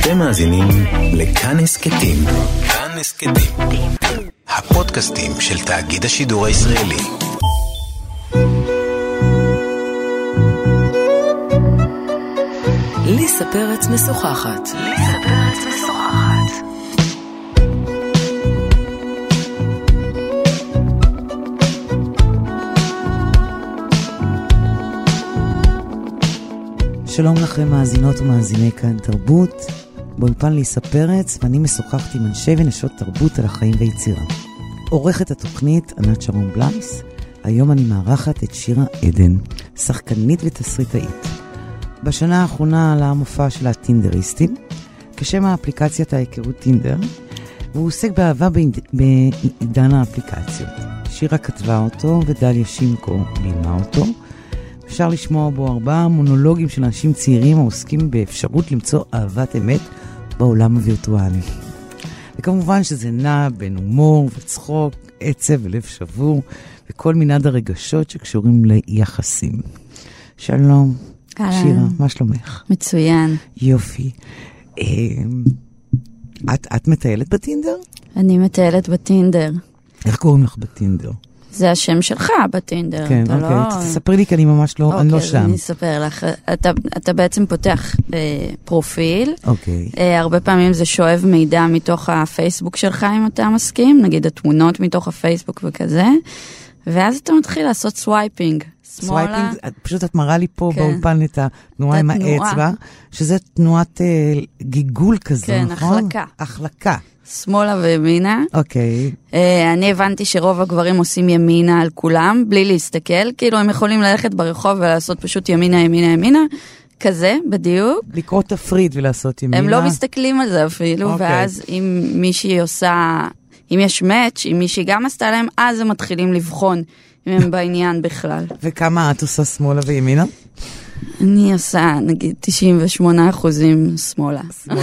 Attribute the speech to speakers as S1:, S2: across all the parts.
S1: אתם מאזינים לכאן הסכתים. כאן הסכתים, הפודקאסטים של תאגיד השידור הישראלי. ליסה פרץ משוחחת.
S2: שלום לכם מאזינות ומאזיני כאן תרבות, באולפן ליסה פרץ, ואני משוחחת עם אנשי ונשות תרבות על החיים ויצירה. עורכת התוכנית ענת שרון בלייס, היום אני מארחת את שירה עדן, שחקנית ותסריטאית. בשנה האחרונה עלה המופע של הטינדריסטים, כשם האפליקציית ההיכרות טינדר, והוא עוסק באהבה בעידן האפליקציות. שירה כתבה אותו ודליה שימקו לימה אותו, אפשר לשמוע בו 4 מונולוגים של אנשים צעירים העוסקים באפשרות למצוא אהבת אמת בעולם הווירטואלי. וכמובן שזה נע בין הומור וצחוק, עצב ולב שבור, וכל מנעד הרגשות שקשורים ליחסים. שלום, שירה, מה שלומך?
S3: מצוין.
S2: יופי. את מטיילת בטינדר?
S3: אני מטיילת בטינדר.
S2: איך קוראים לך בטינדר?
S3: זה השם שלך בטינדר.
S2: כן, אוקיי. תספרי לי, כי אני ממש לא, אני לא שם.
S3: אני אספר לך. אתה בעצם פותח פרופיל.
S2: אוקיי.
S3: הרבה פעמים זה שואב מידע מתוך הפייסבוק שלך, אם אתה מסכים. נגיד התמונות מתוך הפייסבוק וכזה. ואז אתה מתחיל לעשות סווייפינג.
S2: סווייפינג, פשוט את מראה לי פה באולפן את התנועה עם האצבע, שזה תנועת גיגול כזו, נכון?
S3: כן,
S2: החלקה.
S3: שמאלה וימינה.
S2: אוקיי.
S3: אני הבנתי שרוב הגברים עושים ימינה על כולם, בלי להסתכל, כאילו הם יכולים ללכת ברחוב ולעשות פשוט ימינה, ימינה, ימינה, כזה, בדיוק.
S2: לקרוא תפריד ולעשות ימינה.
S3: הם לא מסתכלים על זה אפילו, ואז אם מישהי עושה, אם יש מאץ', אם מישהי גם עשתה להם, אז הם מתחילים לבחון אם הם בעניין בכלל.
S2: וכמה את עושה שמאלה וימינה?
S3: אני עושה, נגיד, 98% שמאלה.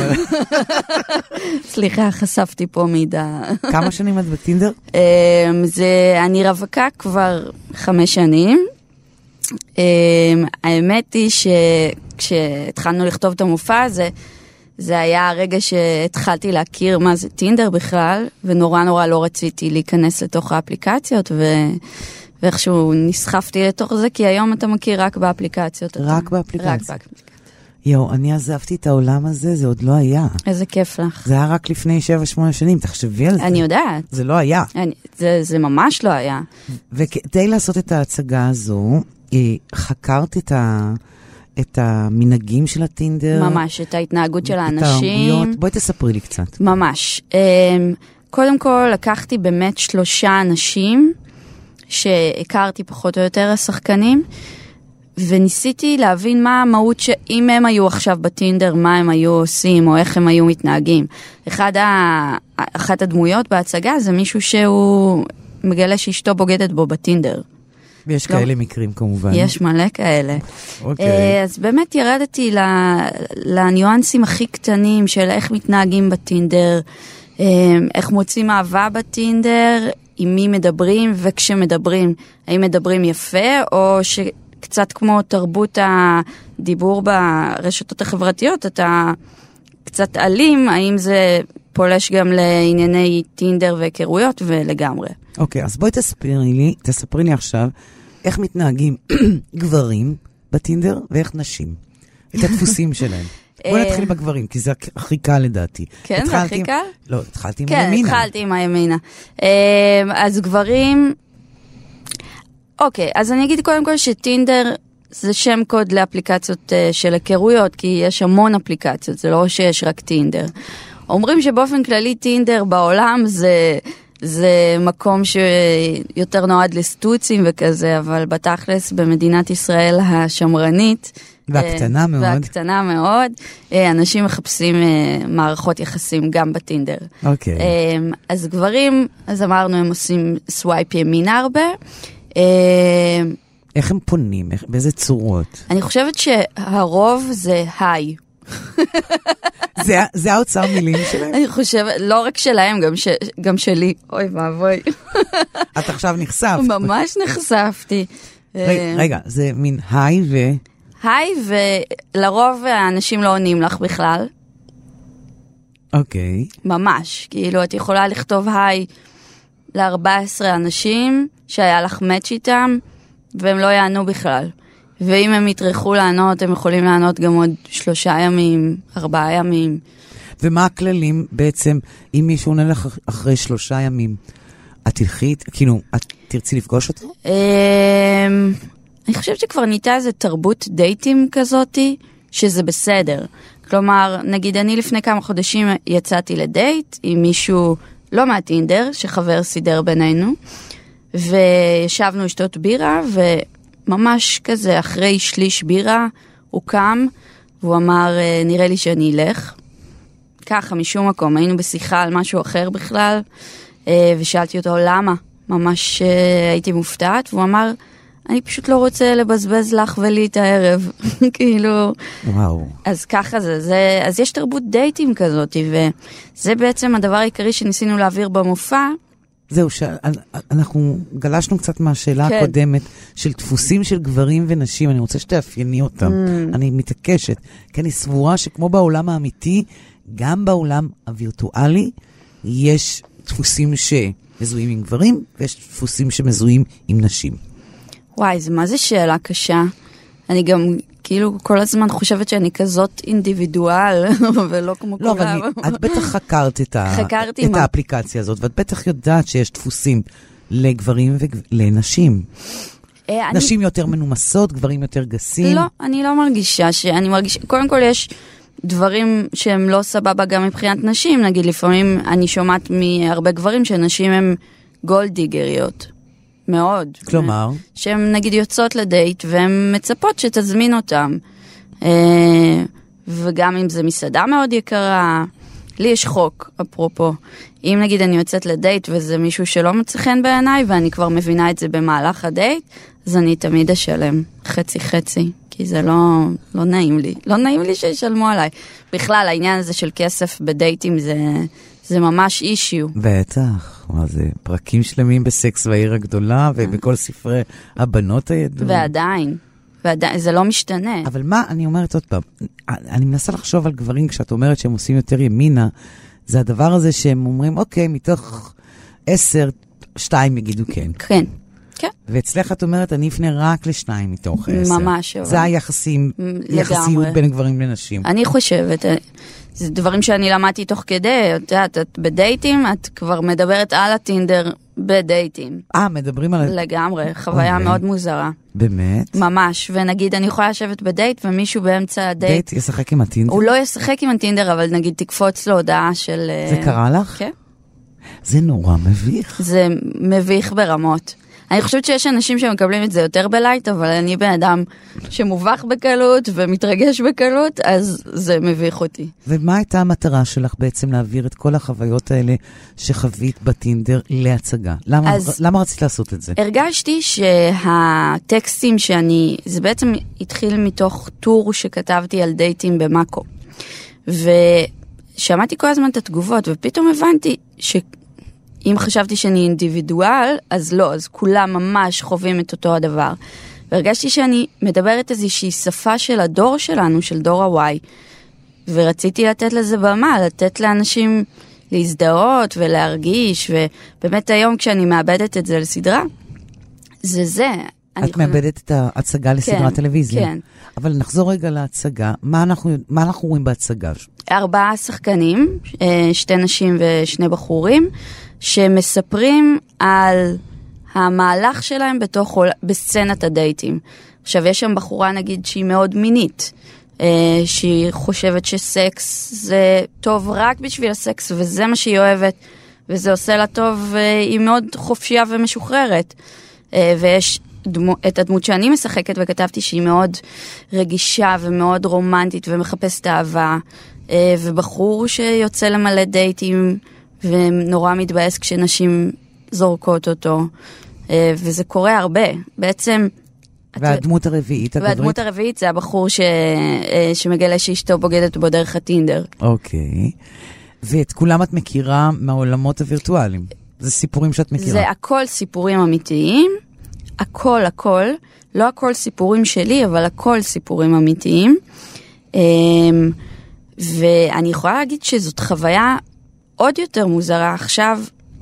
S3: סליחה, חשפתי פה מידע.
S2: כמה שנים את בטינדר?
S3: אני רווקה כבר 5 שנים. האמת היא שכשהתחלנו לכתוב את המופע הזה, זה היה הרגע שהתחלתי להכיר מה זה טינדר בכלל, ונורא נורא לא רציתי להיכנס לתוך האפליקציות, ואיכשהו נסחפתי לתוך זה, כי היום אתה מכיר רק באפליקציות.
S2: רק באפליקציות. יו, אני עזבתי את העולם הזה, זה עוד לא היה.
S3: איזה כיף לך.
S2: זה היה רק לפני 7-8 שנים, תחשבי על זה.
S3: אני יודעת.
S2: זה לא היה.
S3: זה ממש לא היה.
S2: וכדי לעשות את ההצגה הזו, חקרת את המנהגים של הטינדר.
S3: ממש, את ההתנהגות של האנשים. את
S2: ההרגויות. בואי תספרי לי קצת.
S3: ממש. קודם כל, לקחתי באמת 3 אנשים, שהכרתי פחות או יותר השחקנים, וניסיתי להבין מה המהות שאם הם היו עכשיו בטינדר, מה הם היו עושים, או איך הם היו מתנהגים. אחת הדמויות בהצגה זה מישהו שהוא מגלה שאשתו בוגדת בו בטינדר.
S2: ויש כאלה מקרים כמובן.
S3: יש מלא כאלה.
S2: אוקיי.
S3: אז באמת ירדתי לניואנסים הכי קטנים של איך מתנהגים בטינדר, איך מוצאים אהבה בטינדר, עם מי מדברים, וכשמדברים, האם מדברים יפה, או שקצת כמו תרבות הדיבור ברשתות החברתיות, אתה קצת אלים, האם זה פולש גם לענייני טינדר והיכרויות, ולגמרי.
S2: אוקיי, אז בואי תספרי לי עכשיו, איך מתנהגים גברים בטינדר, ואיך נשים, את הדפוסים שלהם. בואי נתחיל בגברים, כי זה הכי קל לדעתי.
S3: כן, זה הכי קל?
S2: לא, התחלתי עם הימינה.
S3: כן, התחלתי עם הימינה. אז גברים... אוקיי, אז אני אגיד קודם כל שטינדר זה שם קוד לאפליקציות של היכרויות, כי יש המון אפליקציות, זה לא שיש רק טינדר. אומרים שבאופן כללי טינדר בעולם זה מקום שיותר נועד לסטוצים וכזה, אבל בתכלס במדינת ישראל השמרנית... והקטנה מאוד. אנשים מחפשים מערכות יחסים גם בטינדר.
S2: אוקיי.
S3: אז גברים, אז אמרנו, הם עושים סווייפ ימין הרבה.
S2: איך הם פונים? באיזה צורות?
S3: אני חושבת שהרוב זה היי.
S2: זה האוצר מילים שלהם?
S3: אני חושבת, לא רק שלהם, גם שלי. אוי ואבוי.
S2: את עכשיו נחשפת.
S3: ממש נחשפתי.
S2: רגע, זה מין היי
S3: היי, ולרוב האנשים לא עונים לך בכלל.
S2: אוקיי.
S3: ממש. כאילו, את יכולה לכתוב היי ל-14 אנשים שהיה לך מאץ' איתם, והם לא יענו בכלל. ואם הם יטרחו לענות, הם יכולים לענות גם עוד 3 ימים, 4 ימים.
S2: ומה הכללים בעצם, אם מישהו עונה לך אחרי 3 ימים, את תלכי, כאילו, את תרצי לפגוש אותו?
S3: אני חושבת שכבר ניתה איזה תרבות דייטים כזאתי, שזה בסדר. כלומר, נגיד אני לפני כמה חודשים יצאתי לדייט עם מישהו לא מהטינדר, שחבר סידר בינינו, וישבנו לשתות בירה, וממש כזה אחרי שליש בירה, הוא קם, והוא אמר, נראה לי שאני אלך. ככה, משום מקום, היינו בשיחה על משהו אחר בכלל, ושאלתי אותו למה, ממש הייתי מופתעת, והוא אמר, אני פשוט לא רוצה לבזבז לך ולי את הערב, כאילו,
S2: וואו.
S3: אז ככה זה, אז יש תרבות דייטים כזאת, וזה בעצם הדבר העיקרי שניסינו להעביר במופע.
S2: זהו, אנחנו גלשנו קצת מהשאלה הקודמת, של דפוסים של גברים ונשים, אני רוצה שתאפייני אותם, אני מתעקשת, כי אני סבורה שכמו בעולם האמיתי, גם בעולם הווירטואלי, יש דפוסים שמזוהים עם גברים, ויש דפוסים שמזוהים עם נשים.
S3: וואי, מה זה שאלה קשה? אני גם כאילו כל הזמן חושבת שאני כזאת אינדיבידואל, ולא כמו
S2: לא,
S3: כולם.
S2: אבל את בטח חקרת את האפליקציה הזאת, ואת בטח יודעת שיש דפוסים לגברים ולנשים. נשים יותר מנומסות, גברים יותר גסים.
S3: לא, אני לא מרגישה קודם כל יש דברים שהם לא סבבה גם מבחינת נשים, נגיד לפעמים אני שומעת מהרבה גברים שנשים הם גולדיגריות. מאוד.
S2: כלומר?
S3: שהן נגיד יוצאות לדייט, והן מצפות שתזמין אותם. וגם אם זה מסעדה מאוד יקרה, לי יש חוק, אפרופו. אם נגיד אני יוצאת לדייט, וזה מישהו שלא מצא חן בעיניי, ואני כבר מבינה את זה במהלך הדייט, אז אני תמיד אשלם חצי-חצי, כי זה לא נעים לי. לא נעים לי שישלמו עליי. בכלל, העניין הזה של כסף בדייטים זה ממש אישיו.
S2: בטח. זה פרקים שלמים בסקס והעיר הגדולה, ובכל ספרי הבנות הידוע.
S3: ועדיין, זה לא משתנה.
S2: אבל מה, אני אומרת עוד פעם, אני מנסה לחשוב על גברים, כשאת אומרת שהם עושים יותר ימינה, זה הדבר הזה שהם אומרים, אוקיי, מתוך 10, 2 יגידו כן.
S3: כן. כן.
S2: ואצלך את אומרת, אני אפנה רק ל2 מתוך 10.
S3: ממש.
S2: זה היחסיות בין גברים לנשים.
S3: אני חושבת, זה דברים שאני למדתי תוך כדי, את בדייטים, את כבר מדברת על הטינדר בדייטים.
S2: מדברים על...
S3: לגמרי, חוויה מאוד מוזרה.
S2: באמת?
S3: ממש, ונגיד אני יכולה לשבת בדייט, ומישהו באמצע הדייט...
S2: דייט ישחק עם הטינדר?
S3: הוא לא ישחק עם הטינדר, אבל נגיד תקפוץ לו הודעה של...
S2: זה קרה לך?
S3: כן.
S2: זה נורא מביך.
S3: זה מביך ברמות. אני חושבת שיש אנשים שמקבלים את זה יותר בלייט, אבל אני בן אדם שמובך בקלות ומתרגש בקלות, אז זה מביך אותי.
S2: ומה הייתה המטרה שלך בעצם להעביר את כל החוויות האלה שחווית בטינדר להצגה? למה רצית לעשות את זה?
S3: הרגשתי שהטקסטים זה בעצם התחיל מתוך טור שכתבתי על דייטים במאקו. ושמעתי כל הזמן את התגובות, ופתאום הבנתי אם חשבתי שאני אינדיבידואל, אז לא, אז כולם ממש חווים את אותו הדבר. והרגשתי שאני מדברת איזושהי שפה של הדור שלנו, של דור ה-Y, ורציתי לתת לזה במה, לתת לאנשים להזדהות ולהרגיש, ובאמת היום כשאני מאבדת את זה לסדרה, זה.
S2: את מאבדת את ההצגה לסדרת טלוויזיה.
S3: כן.
S2: אבל נחזור רגע להצגה. מה אנחנו רואים בהצגה?
S3: 4 שחקנים, 2 נשים ו2 בחורים, שמספרים על המהלך שלהם בסצנת הדייטים. עכשיו, יש שם בחורה, נגיד, שהיא מאוד מינית, שהיא חושבת שסקס זה טוב רק בשביל הסקס, וזה מה שהיא אוהבת, וזה עושה לה טוב, והיא מאוד חופשייה ומשוחררת. ויש את הדמות שאני משחקת, וכתבתי שהיא מאוד רגישה ומאוד רומנטית ומחפשת אהבה, ובחור שיוצא למלא דייטים ונורא מתבאס כשנשים זורקות אותו, וזה קורה הרבה. בעצם...
S2: והדמות הרביעית,
S3: והדמות הרביעית זה הבחור שמגלה שאשתו בוגדת בו דרך הטינדר.
S2: אוקיי. ואת כולם את מכירה מהעולמות הווירטואליים. זה סיפורים שאת מכירה.
S3: זה הכל סיפורים אמיתיים. הכל. לא הכל סיפורים שלי, אבל הכל סיפורים אמיתיים. ואני יכולה להגיד שזאת חוויה עוד יותר מוזרה. עכשיו,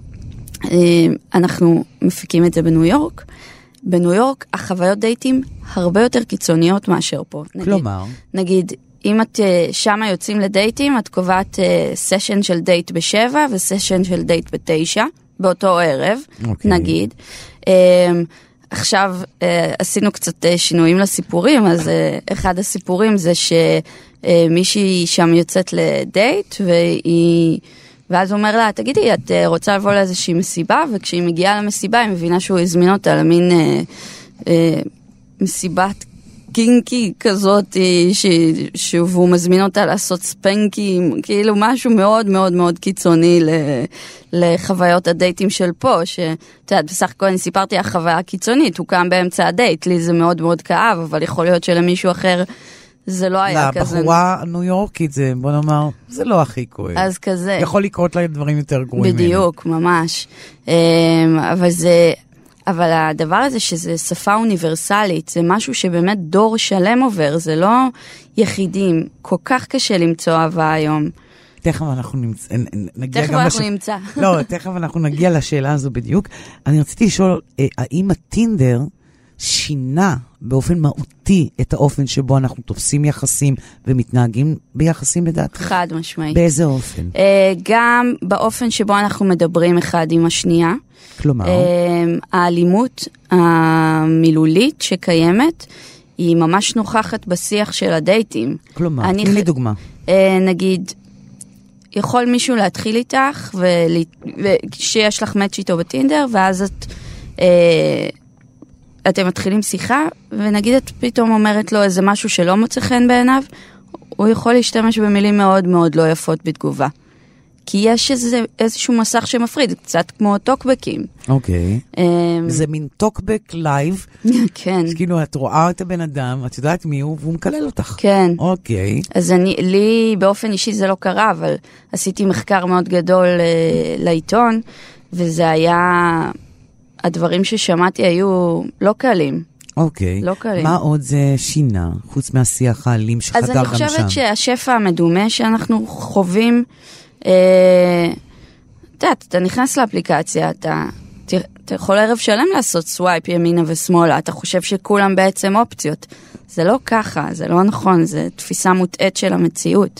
S3: אנחנו מפיקים את זה בניו יורק. בניו יורק החוויות דייטים הרבה יותר קיצוניות מאשר פה.
S2: כלומר?
S3: נגיד, אם את שם יוצאים לדייטים, את קובעת סשן של דייט ב7 וסשן של דייט ב9, באותו ערב, נגיד. עכשיו עשינו קצת שינויים לסיפורים, אז אחד הסיפורים זה שמישהי שם יוצאת לדייט, ואז הוא אומר לה, תגידי, את רוצה לבוא לאיזושהי מסיבה? וכשהיא מגיעה למסיבה, היא מבינה שהוא הזמין אותה למין מסיבת קינקי כזאת, שהוא מזמין אותה לעשות ספנקים, כאילו משהו מאוד מאוד מאוד קיצוני לחוויות הדייטים של פה, שאת יודעת, בסך הכל אני סיפרתי על חוויה קיצונית, הוא קם באמצע הדייט, לי זה מאוד מאוד כאב, אבל יכול להיות שלמישהו אחר זה לא היה כזה.
S2: לבחורה ניו יורקית זה, בוא נאמר, זה לא הכי כואב.
S3: אז כזה.
S2: יכול לקרות לה דברים יותר גרועים.
S3: בדיוק, ממש. אבל הדבר הזה שזה שפה אוניברסלית, זה משהו שבאמת דור שלם עובר, זה לא יחידים, כל כך קשה למצוא אהבה היום.
S2: תכף אנחנו
S3: נמצא.
S2: לא, תכף אנחנו נגיע לשאלה הזו בדיוק. אני רציתי לשאול, האם הטינדר שינה באופן מהותי את האופן שבו אנחנו תופסים יחסים ומתנהגים ביחסים לדעתך?
S3: חד משמעית.
S2: באיזה אופן?
S3: גם באופן שבו אנחנו מדברים אחד עם השנייה.
S2: כלומר?
S3: האלימות המילולית שקיימת היא ממש נוכחת בשיח של הדייטים.
S2: כלומר, תני לי דוגמה.
S3: נגיד, יכול מישהו להתחיל איתך ושיש לך מאץ' איתו בטינדר, ואז אתם מתחילים שיחה, ונגיד את פתאום אומרת לו איזה משהו שלא מוצא חן בעיניו, הוא יכול להשתמש במילים מאוד מאוד לא יפות בתגובה. כי יש איזשהו מסך שמפריד, קצת כמו טוקבקים.
S2: אוקיי. זה מין טוקבק לייב.
S3: כן.
S2: כאילו את רואה את הבן אדם, את יודעת מי הוא, והוא מקלל אותך.
S3: כן.
S2: אוקיי.
S3: אז לי באופן אישי זה לא קרה, אבל עשיתי מחקר מאוד גדול לעיתון, וזה היה, הדברים ששמעתי היו לא קלים.
S2: אוקיי.
S3: לא קלים.
S2: מה עוד זה שינה, חוץ מהשיח האלים שחדר גם שם?
S3: אז אני חושבת שהשפע המדומה שאנחנו חווים, אתה נכנס לאפליקציה, אתה יכול ערב שלם לעשות סווייפ ימינה ושמאלה, אתה חושב שכולם בעצם אופציות. זה לא ככה, זה לא נכון, זה תפיסה מוטעת של המציאות.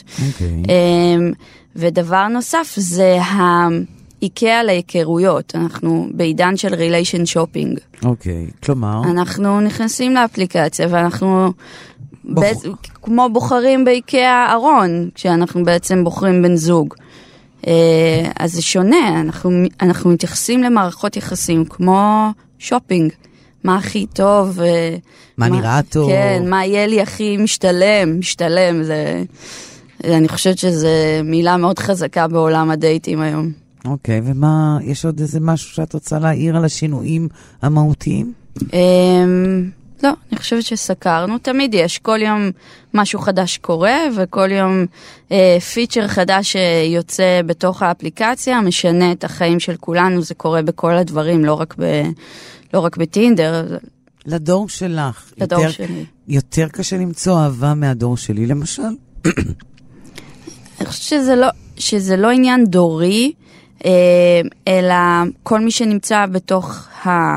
S3: ודבר נוסף זה האיקאה להיכרויות, אנחנו בעידן של ריליישן שופינג.
S2: אוקיי, כלומר? אנחנו
S3: נכנסים לאפליקציה ואנחנו כמו בוחרים באיקאה ארון, כשאנחנו בעצם בוחרים בן זוג. אז זה שונה, אנחנו מתייחסים למערכות יחסים כמו שופינג, מה הכי טוב,
S2: מה נראה טוב,
S3: כן, מה יהיה לי הכי משתלם, אני חושבת שזו מילה מאוד חזקה בעולם הדייטים היום.
S2: אוקיי, ומה, יש עוד איזה משהו שאת רוצה להעיר על השינויים המהותיים?
S3: לא, אני חושבת שסקרנו, תמיד יש, כל יום משהו חדש קורה, וכל יום פיצ'ר חדש יוצא בתוך האפליקציה, משנה את החיים של כולנו, זה קורה בכל הדברים, לא רק בטינדר.
S2: לדור שלך,
S3: לדור שלי.
S2: יותר קשה למצוא אהבה מהדור שלי, למשל?
S3: אני חושבת שזה לא עניין דורי, אלא כל מי שנמצא בתוך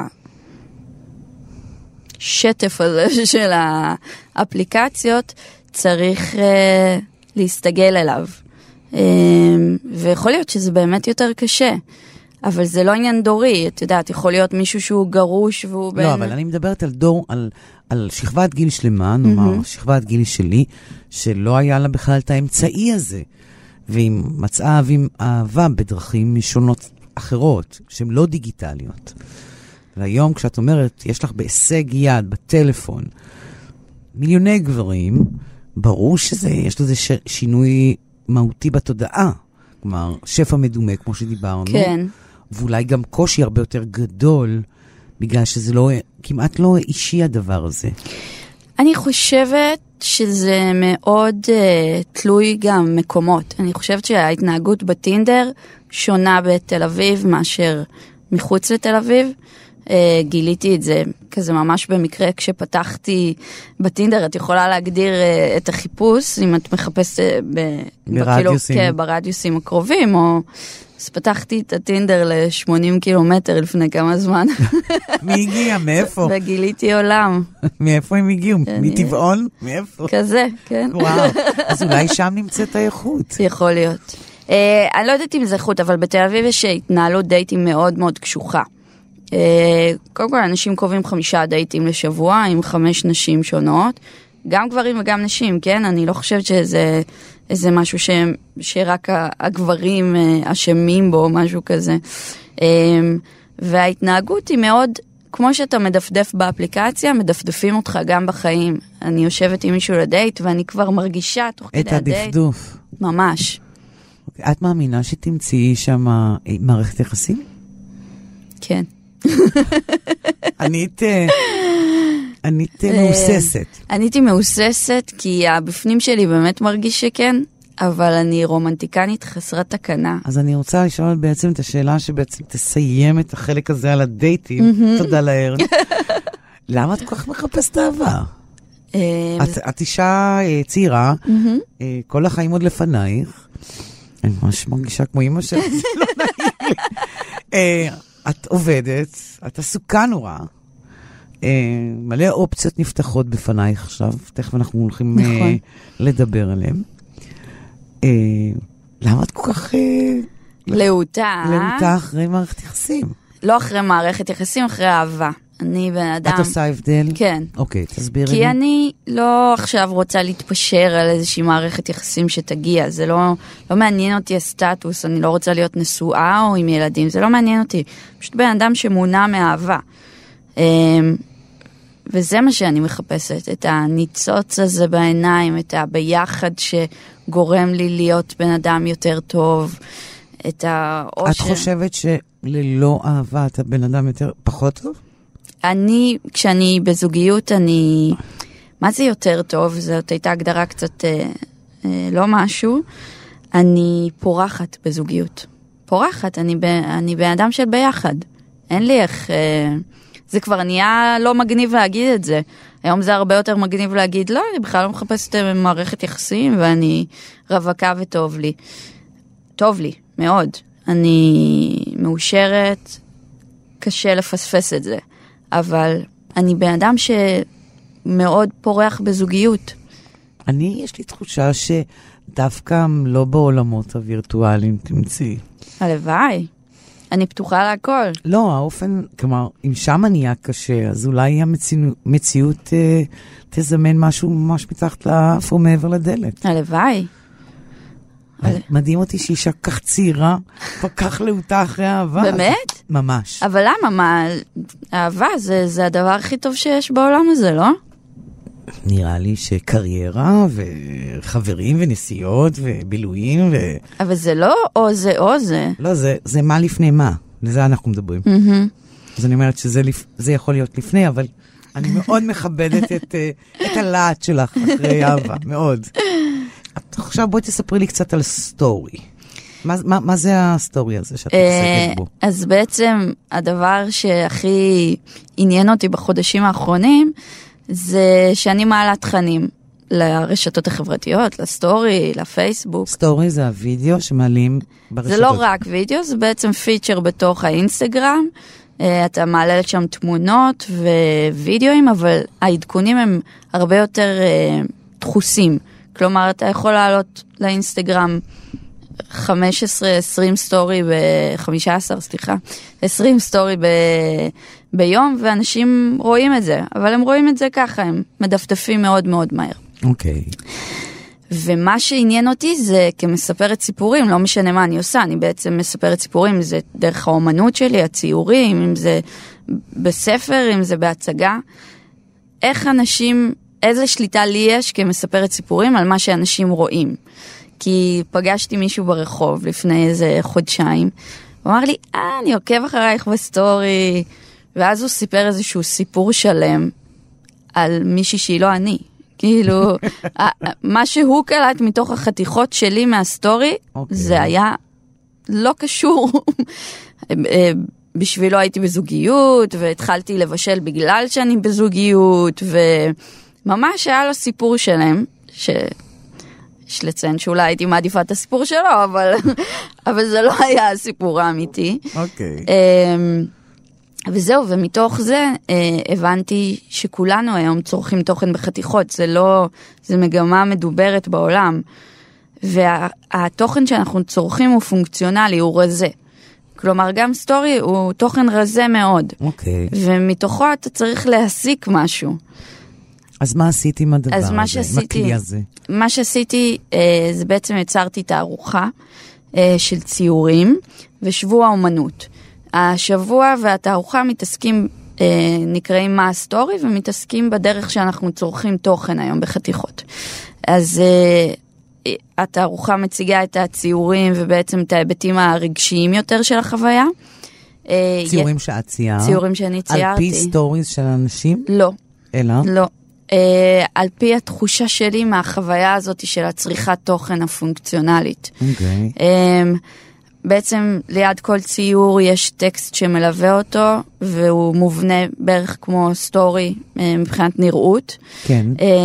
S3: השטף הזה של האפליקציות, צריך להסתגל אליו. ויכול להיות שזה באמת יותר קשה. אבל זה לא עניין דורי, את יודעת, יכול להיות מישהו שהוא גרוש והוא
S2: לא, אבל אני מדברת על דור, על שכבת גיל שלמה, נאמר, שכבת גיל שלי, שלא היה לה בכלל את האמצעי הזה. והיא מצאה אהבה בדרכים שונות אחרות, שהן לא דיגיטליות. והיום כשאת אומרת, יש לך בהישג יד, בטלפון, מיליוני גברים, ברור שיש לזה שינוי מהותי בתודעה. כלומר, שפע מדומה, כמו שדיברנו.
S3: כן.
S2: ואולי גם קושי הרבה יותר גדול, בגלל שזה לא, כמעט לא אישי הדבר הזה.
S3: אני חושבת שזה מאוד תלוי גם מקומות. אני חושבת שההתנהגות בטינדר שונה בתל אביב מאשר מחוץ לתל אביב. גיליתי את זה כזה ממש במקרה, כשפתחתי בטינדר, את יכולה להגדיר את החיפוש, אם את מחפשת ברדיוסים הקרובים, או... אז פתחתי את הטינדר ל-80 קילומטר לפני כמה זמן.
S2: מי הגיע? מאיפה?
S3: וגיליתי עולם.
S2: מאיפה הם הגיעו? מטבעון? מאיפה?
S3: כזה, כן.
S2: וואו, אז אולי שם נמצאת האיכות.
S3: יכול להיות. אני לא יודעת אם זה איכות, אבל בתל אביב יש התנהלות דייטים מאוד מאוד קשוחה. קודם כל, אנשים קובעים 5 דייטים לשבוע, עם 5 נשים שונות. גם גברים וגם נשים, כן? אני לא חושבת שזה איזה משהו שרק הגברים אשמים בו, משהו כזה. וההתנהגות היא מאוד, כמו שאתה מדפדף באפליקציה, מדפדפים אותך גם בחיים. אני יושבת עם מישהו לדייט, ואני כבר מרגישה תוך כדי הדייט.
S2: את הדפדוף.
S3: ממש.
S2: את מאמינה שתמצאי שם מערכת יחסים?
S3: כן.
S2: ענית מאוססת.
S3: עניתי מאוססת, כי הבפנים שלי באמת מרגיש שכן, אבל אני רומנטיקנית חסרת תקנה.
S2: אז אני רוצה לשאול בעצם את השאלה שבעצם תסיים את החלק הזה על הדייטים. תודה לאר. למה את כל כך מחפשת אהבה? את אישה צעירה, כל החיים עוד לפנייך. אני ממש מרגישה כמו אמא שלי, לא נעים לי. את עובדת, את עסוקה נורא. מלא אופציות נפתחות בפנייך עכשיו, תכף אנחנו הולכים לדבר עליהם. למה את כל כך...
S3: להוטה.
S2: להוטה אחרי מערכת יחסים.
S3: לא אחרי מערכת יחסים, אחרי אהבה. אני בן אדם...
S2: את עושה הבדל?
S3: כן.
S2: אוקיי, תסבירי לי.
S3: כי אני לא עכשיו רוצה להתפשר על איזושהי מערכת יחסים שתגיע. זה לא מעניין אותי הסטטוס, אני לא רוצה להיות נשואה או עם ילדים, זה לא מעניין אותי. פשוט בן אדם שמונע מאהבה. וזה מה שאני מחפשת, את הניצוץ הזה בעיניים, את הביחד שגורם לי להיות בן אדם יותר טוב, את האושר.
S2: את חושבת שללא אהבה אתה בן אדם יותר פחות טוב?
S3: כשאני בזוגיות, מה זה יותר טוב? זאת הייתה הגדרה קצת לא משהו. אני פורחת בזוגיות. פורחת, אני בן אדם של ביחד. אין לי איך... זה כבר נהיה לא מגניב להגיד את זה. היום זה הרבה יותר מגניב להגיד, לא, אני בכלל לא מחפשת מערכת יחסים, ואני רווקה וטוב לי. טוב לי, מאוד. אני מאושרת, קשה לפספס את זה. אבל אני בן אדם שמאוד פורח בזוגיות.
S2: יש לי תחושה שדווקא לא בעולמות הווירטואליים תמצאי.
S3: הלוואי. אני פתוחה להכל.
S2: לא, האופן, כלומר, אם שם נהיה קשה, אז אולי המציאות תזמן משהו ממש מתחת לאף או מעבר לדלת.
S3: הלוואי.
S2: מדהים אותי שאישה כך צעירה, כל כך להוטה אחרי אהבה.
S3: באמת?
S2: ממש.
S3: אבל למה? אהבה זה הדבר הכי טוב שיש בעולם הזה, לא?
S2: נראה לי שקריירה וחברים ונסיעות ובילויים
S3: אבל זה לא או זה או זה.
S2: לא, זה מה לפני מה. לזה אנחנו מדברים. אז אני אומרת שזה יכול להיות לפני, אבל אני מאוד מכבדת את הלהט שלך אחרי אהבה, מאוד. עכשיו בואי תספרי לי קצת על סטורי. מה זה הסטורי הזה שאת מתעסקת בו?
S3: אז בעצם הדבר שהכי עניין אותי בחודשים האחרונים, זה שאני מעלה תכנים לרשתות החברתיות, לסטורי, לפייסבוק.
S2: סטורי זה הוידאו שמעלים ברשתות.
S3: זה לא רק וידאו, זה בעצם פיצ'ר בתוך האינסטגרם. אתה מעלה שם תמונות ווידאוים, אבל העדכונים הם הרבה יותר דחוסים. כלומר, אתה יכול לעלות לאינסטגרם 20 סטורי 20 סטורי ביום, ואנשים רואים את זה, אבל הם רואים את זה ככה, הם מדפדפים מאוד מאוד מהר.
S2: אוקיי.
S3: ומה שעניין אותי זה כמספרת סיפורים, לא משנה מה אני עושה, אני בעצם מספרת סיפורים, זה דרך האומנות שלי, הציורים, אם זה בספר, אם זה בהצגה. איך אנשים, איזה שליטה לי יש כמספרת סיפורים על מה שאנשים רואים. כי פגשתי מישהו ברחוב לפני איזה חודשיים, הוא אמר לי, אני עוקב אחרייך בסטורי, ואז הוא סיפר איזשהו סיפור שלם על מישהי שהיא לא אני. כאילו, מה שהוא קלט מתוך החתיכות שלי מהסטורי, זה היה לא קשור. בשבילו הייתי בזוגיות, והתחלתי לבשל בגלל שאני בזוגיות, וממש היה לו סיפור שלם, יש לציין שאולי הייתי מעדיפה את הסיפור שלו, אבל זה לא היה הסיפור האמיתי.
S2: אוקיי.
S3: וזהו, ומתוך זה הבנתי שכולנו היום צורכים תוכן בחתיכות, זה מגמה מדוברת בעולם, והתוכן שאנחנו צורכים הוא פונקציונלי, הוא רזה. כלומר, גם סטורי הוא תוכן רזה מאוד.
S2: אוקיי.
S3: ומתוכו אתה צריך להסיק משהו.
S2: אז מה עשיתי עם הדבר הזה, עם הכלי הזה?
S3: מה שעשיתי, זה בעצם יצרתי תערוכה של ציורים ושבוע אומנות. השבוע והתערוכה מתעסקים, נקראים מה הסטורי, ומתעסקים בדרך שאנחנו צורכים תוכן היום בחתיכות. אז התערוכה מציגה את הציורים ובעצם את ההיבטים הרגשיים יותר של החוויה.
S2: ציורים שאת ציירת?
S3: ציורים שאני ציירתי.
S2: על פי סטוריז של אנשים?
S3: לא.
S2: אלא?
S3: לא. על פי התחושה שלי מהחוויה הזאת של הצריכת תוכן הפונקציונלית.
S2: אוקיי.
S3: בעצם ליד כל ציור יש טקסט שמלווה אותו, והוא מובנה בערך כמו סטורי מבחינת נראות.
S2: כן.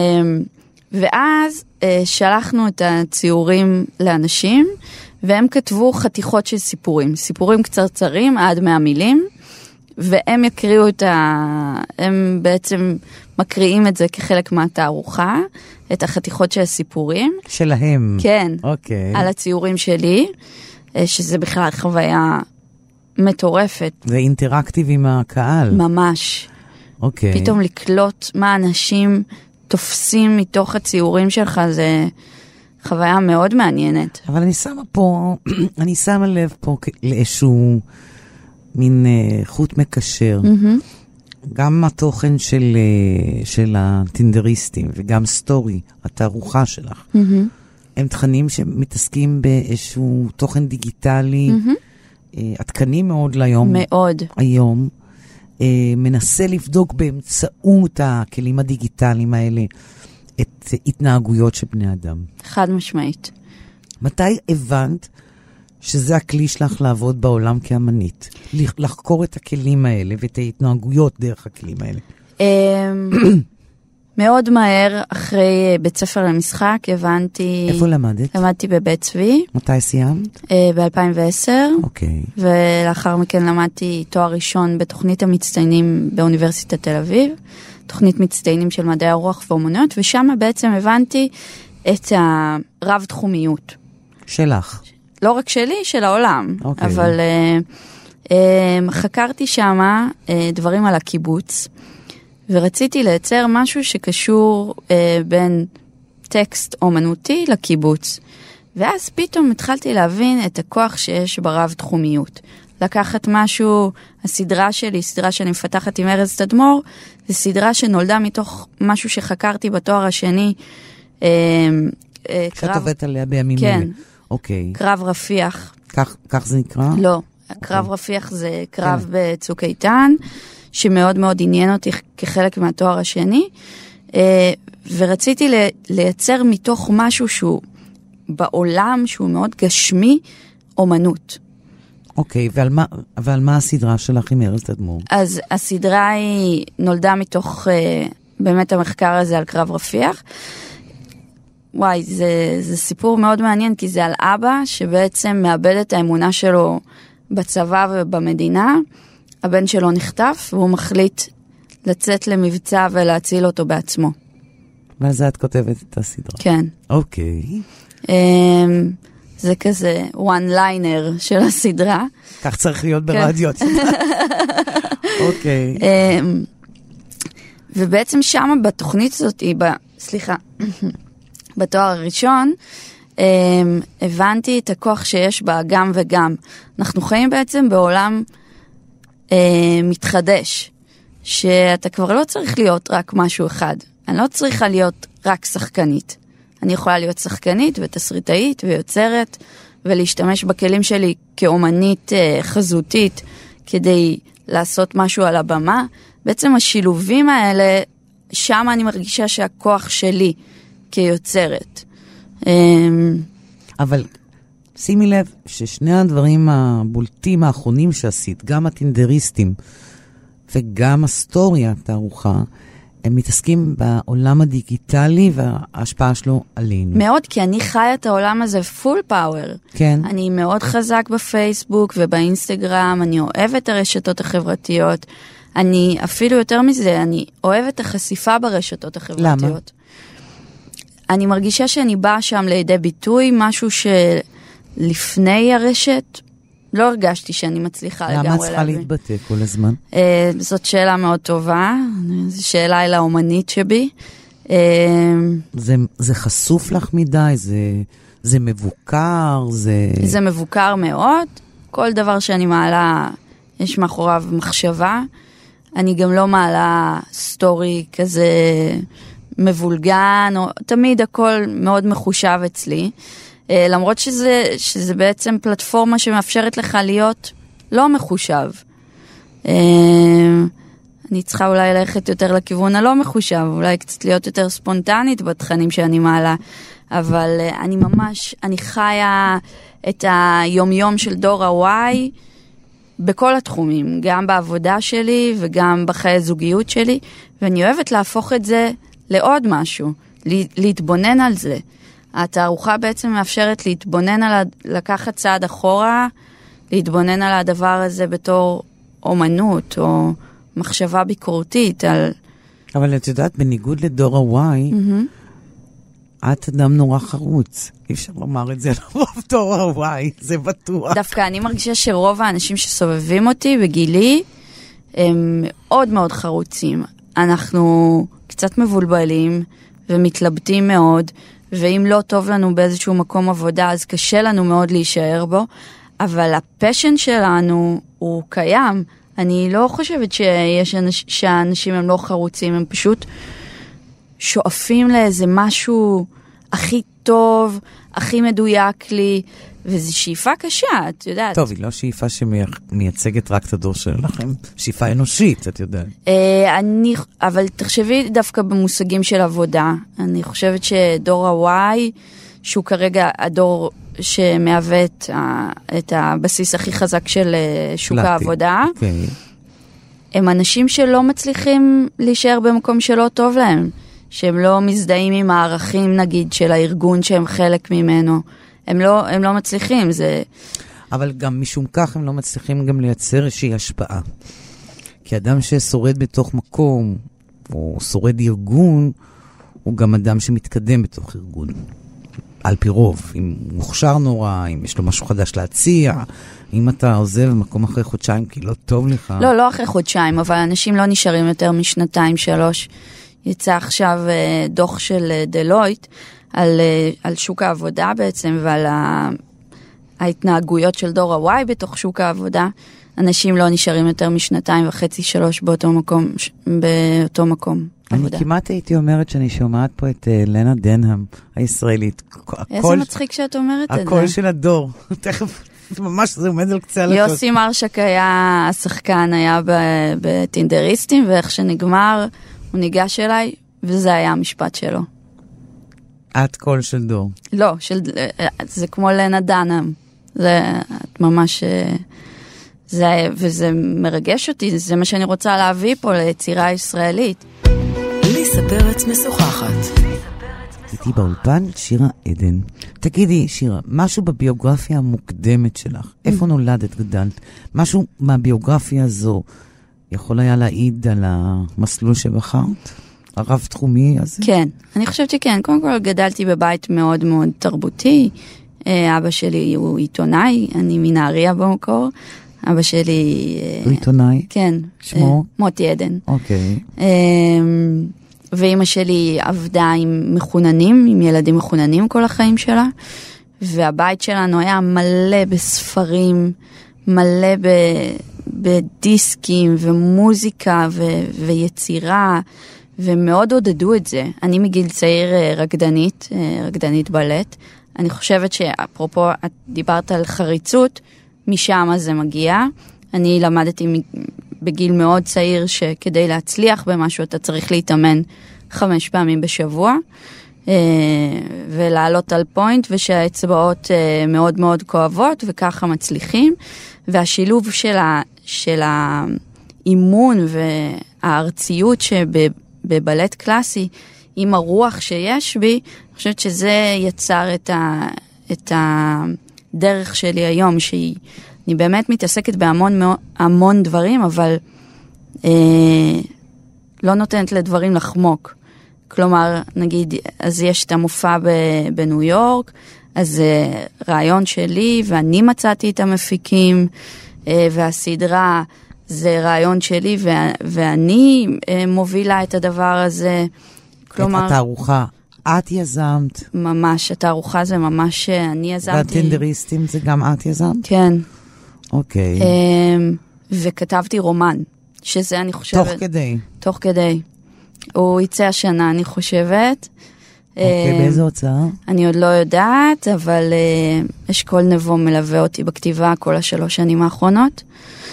S3: ואז שלחנו את הציורים לאנשים, והם כתבו חתיכות של סיפורים. סיפורים קצרצרים עד 100 מילים, והם יקריאו הם בעצם מקריאים את זה כחלק מהתערוכה, את החתיכות של הסיפורים.
S2: שלהם.
S3: כן.
S2: אוקיי.
S3: על הציורים שלי, שזה בכלל חוויה מטורפת.
S2: זה אינטראקטיבי עם הקהל.
S3: ממש.
S2: אוקיי.
S3: פתאום לקלוט מה אנשים תופסים מתוך הציורים שלך, זה חוויה מאוד מעניינת. אבל
S2: אני שמה לב פה לאיזשהו מין חוט מקשר. גם התוכן של הטינדריסטים וגם סטורי, התערוכה שלך. הם תכנים שמתעסקים באיזשהו תוכן דיגיטלי, עדכני מאוד ליום.
S3: מאוד.
S2: היום. מנסה לבדוק באמצעות הכלים הדיגיטליים האלה את התנהגויות של בני אדם.
S3: חד משמעית.
S2: מתי הבנת שזה הכלי שלך לעבוד בעולם כאמנית? לחקור את הכלים האלה ואת ההתנהגויות דרך הכלים האלה.
S3: מאוד מהר אחרי בית ספר למשחק הבנתי...
S2: איפה למדת?
S3: למדתי בבית צבי.
S2: מתי סיימת?
S3: ב-2010.
S2: אוקיי.
S3: ולאחר מכן למדתי תואר ראשון בתוכנית המצטיינים באוניברסיטת תל אביב. תוכנית מצטיינים של מדעי הרוח ואומנויות, ושם בעצם הבנתי את הרב-תחומיות.
S2: שלך?
S3: לא רק שלי, של העולם.
S2: אוקיי.
S3: אבל חקרתי שם דברים על הקיבוץ, ורציתי לייצר משהו שקשור בין טקסט אומנותי לקיבוץ. ואז פתאום התחלתי להבין את הכוח שיש ברב תחומיות. לקחת משהו, הסדרה שלי, סדרה שאני מפתחת עם ארז תדמור, זו סדרה שנולדה מתוך משהו שחקרתי בתואר השני.
S2: שאת עובדת עליה בימים
S3: כן.
S2: אלה. אוקיי.
S3: קרב רפיח.
S2: כך זה נקרא?
S3: לא. קרב רפיח זה קרב בצוק איתן, שמאוד מאוד עניין אותי כחלק מהתואר השני, ורציתי לייצר מתוך משהו שהוא בעולם, שהוא מאוד גשמי, אומנות.
S2: אוקיי, ועל מה הסדרה שלך עם ארז תדמור?
S3: אז הסדרה היא נולדה מתוך באמת המחקר הזה על קרב רפיח. וואי, זה סיפור מאוד מעניין, כי זה על אבא שבעצם מאבד את האמונה שלו בצבא ובמדינה. הבן שלו נחטף, והוא מחליט לצאת למבצע ולהציל אותו בעצמו.
S2: ועל זה את כותבת את הסדרה?
S3: כן.
S2: אוקיי.
S3: זה כזה one liner של הסדרה.
S2: כך צריך להיות ברדיו. אוקיי.
S3: ובעצם שם בתוכנית הזאת, בתואר הראשון, הבנתי את הכוח שיש בה גם וגם. אנחנו חיים בעצם בעולם מתחדש, שאתה כבר לא צריך להיות רק משהו אחד. אני לא צריכה להיות רק שחקנית. אני יכולה להיות שחקנית ותסריטאית ויוצרת, ולהשתמש בכלים שלי כאומנית חזותית, כדי לעשות משהו על הבמה. בעצם השילובים האלה, שם אני מרגישה שהכוח שלי כיוצרת.
S2: אבל שימי לב ששני הדברים הבולטים האחרונים שעשית, גם הטינדריסטים וגם הסטוריה, התערוכה, הם מתעסקים בעולם הדיגיטלי וההשפעה שלו עלינו.
S3: מאוד, כי אני חיה את העולם הזה פול פאוור.
S2: כן.
S3: אני מאוד חזק בפייסבוק ובאינסטגרם, אני אוהבת הרשתות החברתיות. אני, אפילו יותר מזה, אני אוהבת החשיפה ברשתות החברתיות. למה? אני מרגישה שאני באה שם לידי ביטוי, משהו שלפני הרשת, לא הרגשתי שאני מצליחה לגמרי להבין.
S2: למה צריכה להתבטא כל הזמן?
S3: זאת שאלה מאוד טובה, זו שאלה אל האומנית שבי.
S2: זה חשוף לך מדי, זה מבוקר,
S3: זה מבוקר מאוד, כל דבר שאני מעלה, יש מאחוריו מחשבה, אני גם לא מעלה סטורי כזה מבולגן, או, תמיד הכל מאוד מחושב אצלי, למרות שזה בעצם פלטפורמה שמאפשרת לך להיות לא מחושב. אני צריכה אולי ללכת יותר לכיוון הלא מחושב, אולי קצת להיות יותר ספונטנית בתכנים שאני מעלה, אבל אני חיה את היום-יום של דור ה-Y בכל התחומים, גם בעבודה שלי וגם בחיי זוגיות שלי, ואני אוהבת להפוך את זה לעוד משהו, להתבונן על זה. התערוכה בעצם מאפשרת להתבונן לקחת צעד אחורה, להתבונן על הדבר הזה בתור אומנות או מחשבה ביקורתית.
S2: אבל את יודעת, בניגוד לדור ה-Y, את אדם נורא חרוץ. אי אפשר לומר את זה לרוב דור ה-Y, זה בטוח.
S3: דווקא אני מרגישה שרוב האנשים שסובבים אותי בגילי, הם מאוד מאוד חרוצים. אנחנו קצת מבולבלים ומתלבטים מאוד, ואם לא טוב לנו באיזשהו מקום עבודה, אז קשה לנו מאוד להישאר בו, אבל הפשן שלנו הוא קיים. אני לא חושבת שהאנשים הם לא חרוצים, הם פשוט שואפים לאיזה משהו הכי טוב, הכי מדויק לי, וזו שאיפה קשה, את יודעת.
S2: טוב, היא לא שאיפה שמייצגת רק את הדור שלכם, שאיפה אנושית, את יודעת.
S3: אבל תחשבי דווקא במושגים של עבודה. אני חושבת שדור ה-Y, שהוא כרגע הדור שמהווה את הבסיס הכי חזק של שוק העבודה, הם אנשים שלא מצליחים להישאר במקום שלא טוב להם, שהם לא מזדהים עם הערכים, נגיד, של הארגון שהם חלק ממנו. הם לא מצליחים, זה...
S2: אבל גם משום כך הם לא מצליחים גם לייצר איזושהי השפעה. כי אדם ששורד בתוך מקום, או שורד ארגון, הוא גם אדם שמתקדם בתוך ארגון. על פי רוב, אם מוכשר נורא, אם יש לו משהו חדש להציע, אם אתה עוזב במקום אחרי חודשיים, כי לא טוב לך.
S3: לא אחרי חודשיים, אבל אנשים לא נשארים יותר מ2-3. יצא עכשיו דוח של דלויט, על שוק העבודה בעצם, ועל ההתנהגויות של דור ה-Y בתוך שוק העבודה. אנשים לא נשארים יותר מ2.5-3 באותו מקום.
S2: אני כמעט הייתי אומרת שאני שומעת פה את לנה דנהאם הישראלית.
S3: איזה מצחיק שאת אומרת את זה.
S2: הקול של הדור. תכף, ממש זה עומד על קצה הלכות.
S3: יוסי מרשק היה, השחקן היה בטינדריסטים, ואיך שנגמר, הוא ניגש אליי, וזה היה המשפט שלו.
S2: את קול של דור.
S3: לא, זה כמו לנה דנהאם. זה ממש... וזה מרגש אותי, זה מה שאני רוצה להביא פה ליצירה ישראלית.
S1: ליסה פרץ משוחחת.
S2: איתי באולפן שירה עדן. תגידי, שירה, משהו בביוגרפיה המוקדמת שלך, איפה נולדת, גדלת? משהו מהביוגרפיה הזו יכול היה להעיד על המסלול שבחרת? הרב תחומי הזה?
S3: כן, אני חושבת שכן. קודם כל גדלתי בבית מאוד מאוד תרבותי. אבא שלי הוא עיתונאי, אני מנהריה במקור. אבא שלי...
S2: הוא עיתונאי?
S3: כן.
S2: שמו?
S3: מוטי עדן.
S2: אוקיי.
S3: ואמא שלי עבדה עם מחוננים, עם ילדים מחוננים כל החיים שלה, והבית שלנו היה מלא בספרים, מלא בדיסקים ומוזיקה ויצירה, ומאוד עודדו את זה. אני מגיל צעיר רקדנית בלט. אני חושבת שאפרופו, את דיברת על חריצות, משם זה מגיע. אני למדתי בגיל מאוד צעיר שכדי להצליח במשהו אתה צריך להתאמן 5 פעמים בשבוע, ולעלות על פוינט, ושהאצבעות מאוד מאוד כואבות, וככה מצליחים. והשילוב של האימון והארציות שבבלט קלאסי, עם הרוח שיש בי, אני חושבת שזה יצר את הדרך שלי היום, שאני באמת מתעסקת בהמון דברים, אבל לא נותנת לדברים לחמוק. כלומר, נגיד, אז יש את המופע בניו יורק, אז זה רעיון שלי, ואני מצאתי את המפיקים, והסדרה זה רעיון שלי, ואני מובילה את הדבר הזה. כלומר,
S2: את התערוכה, את יזמת.
S3: ממש, התערוכה זה ממש אני יזמתי.
S2: והטינדריסטים זה גם את יזמת?
S3: כן.
S2: אוקיי.
S3: וכתבתי רומן, שזה אני חושבת... תוך כדי. הוא יצא השנה, אני חושבת.
S2: אוקיי, באיזו הוצאה?
S3: אני עוד לא יודעת, אבל אשכול נבו מלווה אותי בכתיבה כל 3 שנים האחרונות.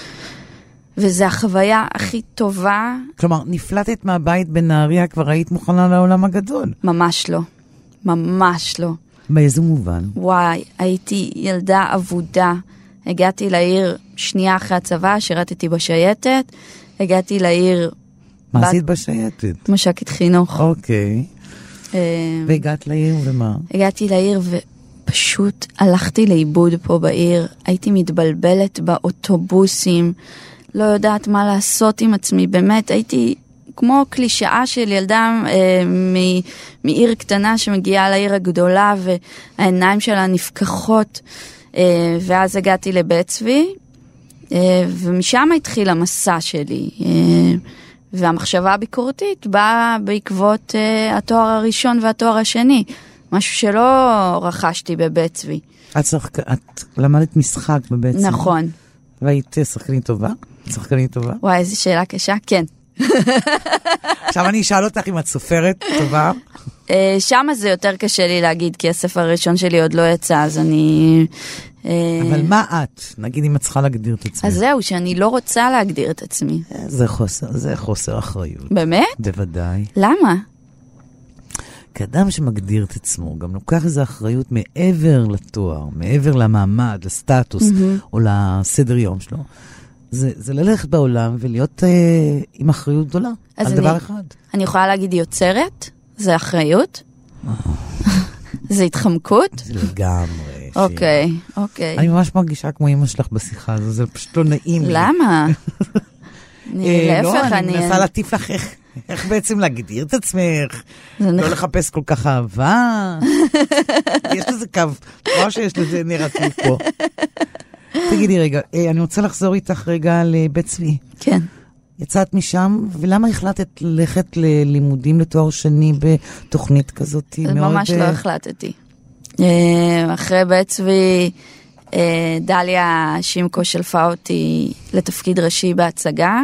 S3: וזו החוויה הכי טובה.
S2: כלומר, נפלטת מהבית בנהריה, כבר היית מוכנה לעולם הגדול.
S3: ממש לא. ממש לא.
S2: באיזה מובן?
S3: וואי, הייתי ילדה עבודה. הגעתי לעיר שנייה אחרי הצבא, שירתתי בשייטת. הגעתי לעיר...
S2: מה עשית בשייטת?
S3: מש"קית חינוך.
S2: אוקיי. והגעת לעיר ומה?
S3: הגעתי לעיר ופשוט הלכתי לאיבוד פה בעיר. הייתי מתבלבלת באוטובוסים. לא יודעת מה לעשות עם עצמי. באמת, הייתי כמו קלישאה של ילדה מעיר קטנה שמגיעה לעיר הגדולה, והעיניים שלה נפקחות. ואז הגעתי לבית צבי, ומשם התחיל המסע שלי. והמחשבה הביקורתית באה בעקבות התואר הראשון והתואר השני. משהו שלא רכשתי בבית צבי.
S2: את למדת משחק בבית צבי.
S3: נכון.
S2: והיית שחקנית טובה? שחקנית טובה?
S3: וואי, איזו שאלה קשה, כן.
S2: עכשיו אני אשאל אותך אם את סופרת טובה.
S3: שם זה יותר קשה לי להגיד, כי הספר הראשון שלי עוד לא יצא, אז אני...
S2: אבל מה את? נגיד אם את צריכה להגדיר את עצמי.
S3: אז זהו, שאני לא רוצה להגדיר את עצמי.
S2: זה חוסר אחריות.
S3: באמת?
S2: בוודאי.
S3: למה?
S2: כאדם שמגדיר את עצמו, גם לוקח איזו אחריות מעבר לתואר, מעבר למעמד, לסטטוס, או לסדר יום שלו. זה ללכת בעולם ולהיות עם אחריות גדולה, על דבר אחד.
S3: אני יכולה להגיד יוצרת, זה אחריות. זה התחמקות.
S2: זה לגמרי.
S3: אוקיי.
S2: אני ממש מרגישה כמו אמא שלך בשיחה הזו, זה פשוט לא נעים לי.
S3: למה?
S2: להפך, אני מנסה להטיף לך איך בעצם להגדיר את עצמך, לא לחפש כל כך אהבה. יש לזה קו, כמו שיש לזה נרטיב פה. תגידי רגע, אני רוצה לחזור איתך רגע לבית צבי.
S3: כן.
S2: יצאת משם, ולמה החלטת ללכת ללימודים לתואר שני בתוכנית כזאת?
S3: ממש לא החלטתי. אחרי בית צבי, דליה שימקו שלפה אותי לתפקיד ראשי בהצגה,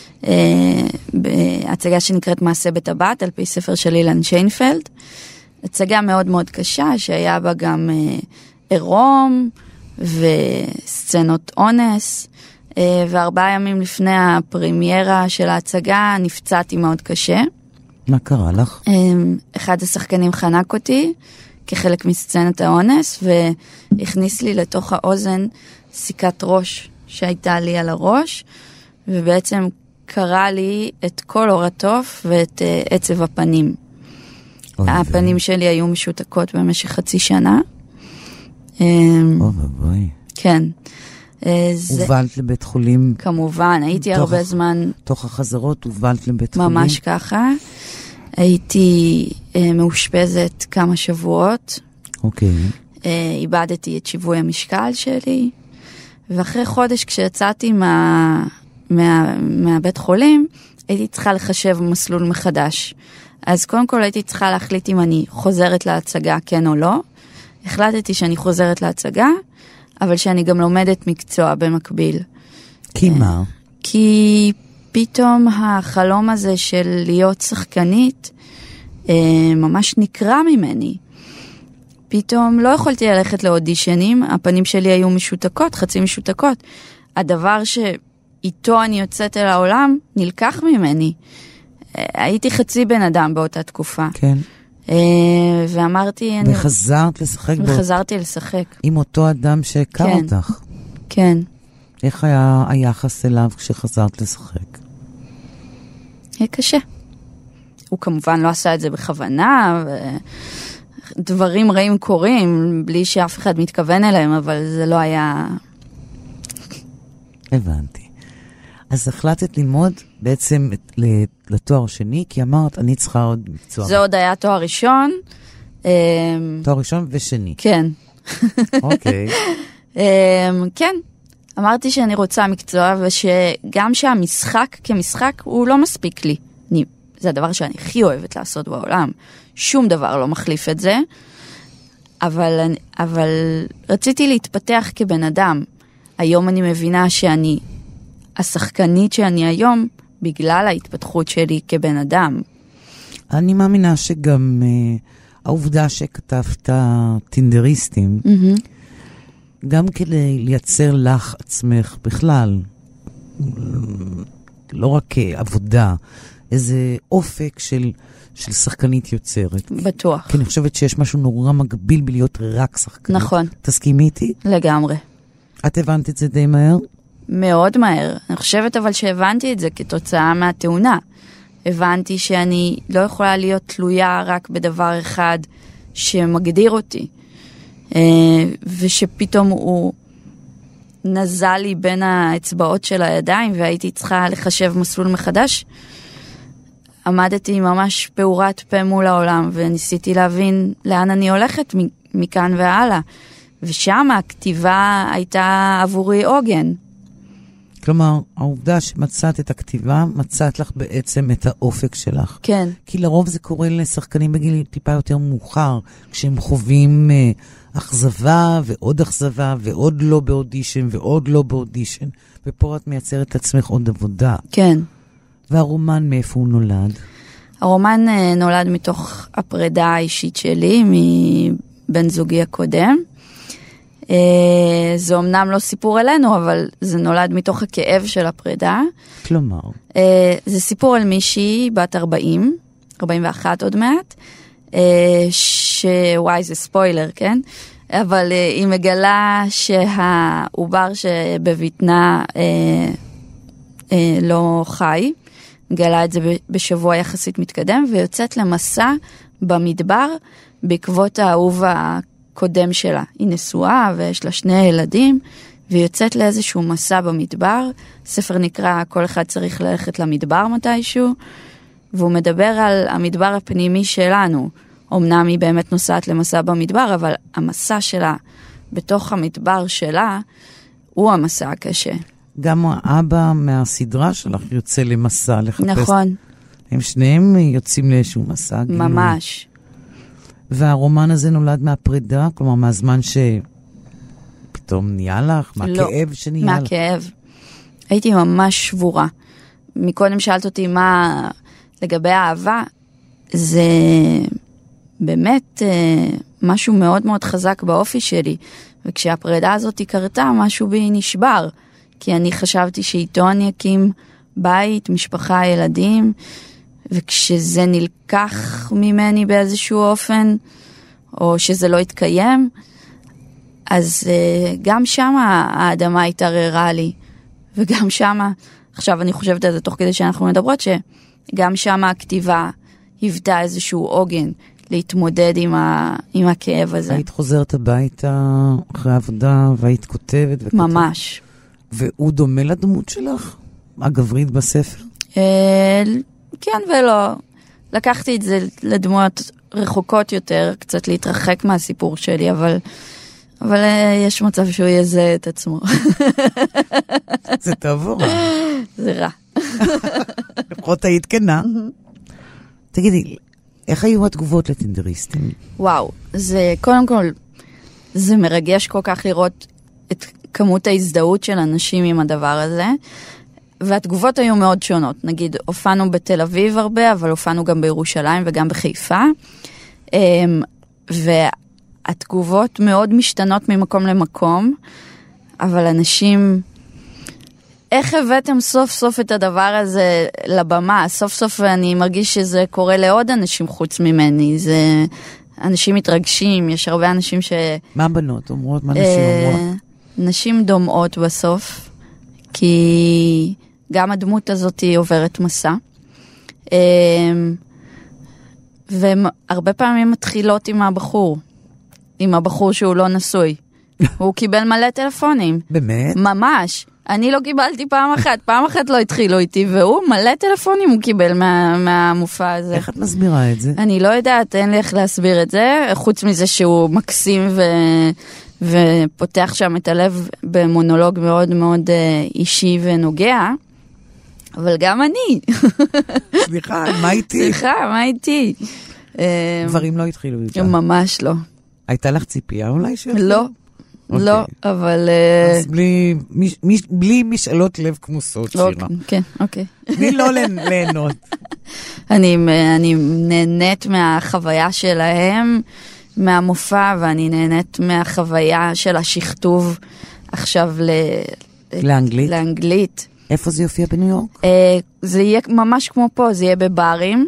S3: בהצגה שנקראת מעשה בטבעת, על פי ספר של אילן שיינפלד. הצגה מאוד מאוד קשה, שהיה בה גם עירום וסצנות אונס, 4 ימים לפני הפרימיירה של ההצגה נפצעתי מאוד קשה.
S2: מה קרה לך?
S3: אחד השחקנים חנק אותי כחלק מסצנת האונס, והכניס לי לתוך האוזן סיכת ראש שהייתה לי על הראש, ובעצם קרא לי את כל אור התוף ואת עצב הפנים. הפנים שלי היו משותקות במשך 0.5 שנה.
S2: בואי.
S3: כן.
S2: הובלת לבית חולים?
S3: כמובן, הייתי הרבה זמן...
S2: תוך החזרות הובלת לבית חולים?
S3: ממש ככה. הייתי מאושפזת כמה שבועות.
S2: אוקיי.
S3: איבדתי את שיווי המשקל שלי, ואחרי חודש כשיצאתי מהבית חולים, הייתי צריכה לחשב מסלול מחדש. אז קודם כל הייתי צריכה להחליט אם אני חוזרת להצגה, כן או לא. החלטתי שאני חוזרת להצגה, אבל שאני גם לומדת מקצוע במקביל.
S2: כי מה?
S3: כי פתאום החלום הזה של להיות שחקנית ממש נקרא ממני. פתאום לא יכולתי ללכת לאודישנים, הפנים שלי היו משותקות, חצי משותקות. הדבר שאיתו אני יוצאת אל העולם נלקח ממני. הייתי חצי בן אדם באותה תקופה.
S2: כן.
S3: ואמרתי...
S2: וחזרת לשחק?
S3: וחזרתי לשחק.
S2: עם אותו אדם שהכר אותך?
S3: כן.
S2: איך היה היחס אליו כשחזרת לשחק?
S3: היה קשה. הוא כמובן לא עשה את זה בכוונה, דברים רעים קורים, בלי שאף אחד מתכוון אליהם, אבל זה לא היה...
S2: הבנתי. אז החלטת ללמוד בעצם לתואר שני, כי אמרת, אני צריכה עוד מקצוע.
S3: זה עוד היה תואר ראשון.
S2: תואר ראשון ושני.
S3: כן.
S2: אוקיי.
S3: כן. אמרתי שאני רוצה מקצוע, ושגם שהמשחק כמשחק הוא לא מספיק לי. זה הדבר שאני הכי אוהבת לעשות בעולם. שום דבר לא מחליף את זה. אבל רציתי להתפתח כבן אדם. היום אני מבינה שאני השחקנית שאני היום, בגלל ההתפתחות שלי כבן אדם.
S2: אני מאמינה שגם העובדה שכתבת טינדריסטים, גם כדי לייצר לך עצמך בכלל, לא רק עבודה, איזה אופק של שחקנית יוצרת.
S3: בטוח.
S2: כי אני חושבת שיש משהו נורא מגביל בלהיות רק שחקנית.
S3: נכון.
S2: תסכימי איתי?
S3: לגמרי.
S2: את הבנת את זה די מהר?
S3: מאוד מהר. אני חושבת אבל שהבנתי את זה כתוצאה מהתאונה. הבנתי שאני לא יכולה להיות תלויה רק בדבר אחד שמגדיר אותי. ושפתאום הוא נזל לי בין האצבעות של הידיים והייתי צריכה לחשב מסלול מחדש. עמדתי ממש פעורת פה מול העולם וניסיתי להבין לאן אני הולכת מכאן והלאה. ושם הכתיבה הייתה עבורי עוגן.
S2: כלומר, העובדה שמצאת את הכתיבה, מצאת לך בעצם את האופק שלך.
S3: כן.
S2: כי לרוב זה קורה לשחקנים בגיל טיפה יותר מאוחר, כשהם חווים אכזבה ועוד אכזבה ועוד לא באודישן ועוד לא באודישן, ופה את מייצרת את עצמך עוד עבודה.
S3: כן.
S2: והרומן מאיפה הוא נולד?
S3: הרומן נולד מתוך הפרידה האישית שלי מבן זוגי הקודם. זה אומנם לא סיפור אלינו, אבל זה נולד מתוך הכאב של הפרידה.
S2: כלומר?
S3: זה סיפור על מישהי בת 40, 41 עוד מעט, וואי, זה ספוילר, כן? אבל היא מגלה שהעובר שבבטנה לא חי, מגלה את זה בשבוע יחסית מתקדם, ויוצאת למסע במדבר בעקבות האהוב הקודם שלה. היא נשואה ויש לה 2 ילדים, והיא יוצאת לאיזשהו מסע במדבר. ספר נקרא כל אחד צריך ללכת למדבר מתישהו, והוא מדבר על המדבר הפנימי שלנו. אמנם היא באמת נוסעת למסע במדבר, אבל המסע שלה בתוך המדבר שלה הוא המסע הקשה.
S2: גם האבא מהסדרה שלך יוצא למסע לחפש.
S3: נכון.
S2: הם שניהם יוצאים לאיזשהו מסע.
S3: ממש.
S2: והרומן הזה נולד מהפרידה? כלומר, מהזמן שפתאום נהיה לך? מהכאב שנהיה לך?
S3: מהכאב. הייתי ממש שבורה. מקודם שאלת אותי מה לגבי האהבה, זה באמת משהו מאוד מאוד חזק באופי שלי. וכשהפרידה הזאת קרתה, משהו בי נשבר. כי אני חשבתי שאיתו אני אקים בית, משפחה, ילדים, וכשזה נלקח ממני באיזשהו אופן, או שזה לא יתקיים, אז גם שם האדמה התערערה לי, וגם שם, עכשיו אני חושבת על זה תוך כדי שאנחנו מדברות, שגם שם הכתיבה היוותה איזשהו עוגן להתמודד עם הכאב הזה.
S2: היית חוזרת הביתה אחרי העבודה, והיית כותבת וכותבת.
S3: ממש.
S2: והוא דומה לדמות שלך? הגברית בספר?
S3: כן ולא. לקחתי את זה לדמות רחוקות יותר, קצת להתרחק מהסיפור שלי, אבל יש מצב שהוא יזהה את עצמו.
S2: זה טוב או רע?
S3: זה רע.
S2: לפחות היית כנה. תגידי, איך היו התגובות לטינדריסטים?
S3: וואו, זה קודם כל, זה מרגש כל כך לראות את כמות ההזדהות של אנשים עם הדבר הזה, והתגובות היו מאוד שונות. נגיד, הופענו בתל אביב הרבה, אבל הופענו גם בירושלים וגם בחיפה, והתגובות מאוד משתנות ממקום למקום, אבל אנשים איך הבאתם סוף סוף את הדבר הזה לבמה? סוף סוף אני מרגיש שזה קורה לעוד אנשים חוץ ממני. זה אנשים מתרגשים, יש הרבה אנשים
S2: מה הבנות אומרות? מה נשים אומרות?
S3: נשים דומעות בסוף, כי גם הדמות הזאת עוברת מסע. והרבה פעמים מתחילות עם הבחור שהוא לא נשוי. הוא קיבל מלא טלפונים.
S2: באמת?
S3: ממש. אני לא קיבלתי פעם אחת לא התחילו איתי, והוא מלא טלפונים הוא קיבל מהמופע הזה.
S2: איך את מסבירה את זה?
S3: אני לא יודעת, אין לי איך להסביר את זה, חוץ מזה שהוא מקסים ופותח שם את הלב במונולוג מאוד מאוד אישי ונוגע, אבל גם אני.
S2: סליחה, מה איתי? דברים לא התחילו איתה.
S3: ממש לא.
S2: הייתה לך ציפייה אולי שלך?
S3: לא. לא, אבל...
S2: אז בלי משאלות לב כמוסות, שירה.
S3: כן, אוקיי.
S2: בלי לא ליהנות.
S3: אני נהנית מהחוויה שלהם, מהמופע, ואני נהנית מהחוויה של השכתוב עכשיו לאנגלית.
S2: איפה זה יופיע בניו יורק?
S3: זה יהיה ממש כמו פה, זה יהיה בברים.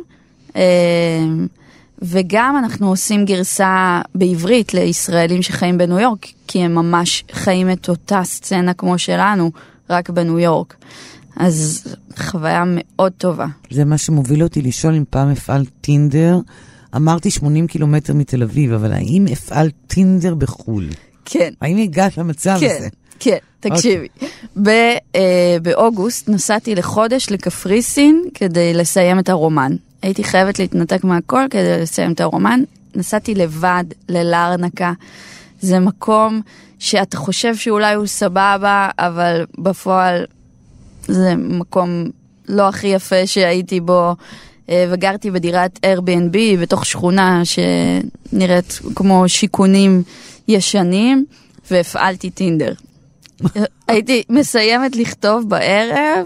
S3: וגם אנחנו עושים גרסה בעברית לישראלים שחיים בניו יורק, כי הם ממש חיים את אותה סצנה כמו שלנו, רק בניו יורק. אז חוויה מאוד טובה. זה
S2: מה שמוביל אותי לשאול אם פעם הפעל טינדר. אמרתי 80 קילומטר מתל אביב, אבל האם הפעל טינדר בחול?
S3: כן.
S2: האם הגעת למצב הזה?
S3: כן, תקשיבי. באוגוסט נסעתי לחודש לקפריסין כדי לסיים את הרומן. הייתי חייבת להתנתק מהכל כדי לסיים את הרומן. נסעתי לבד ללרנקה. זה מקום שאתה חושב שאולי הוא סבבה, אבל בפועל זה מקום לא הכי יפה שהייתי בו. וגרתי בדירת Airbnb בתוך שכונה שנראית כמו שיכונים ישנים, והפעלתי טינדר. הייתי מסיימת לכתוב בערב,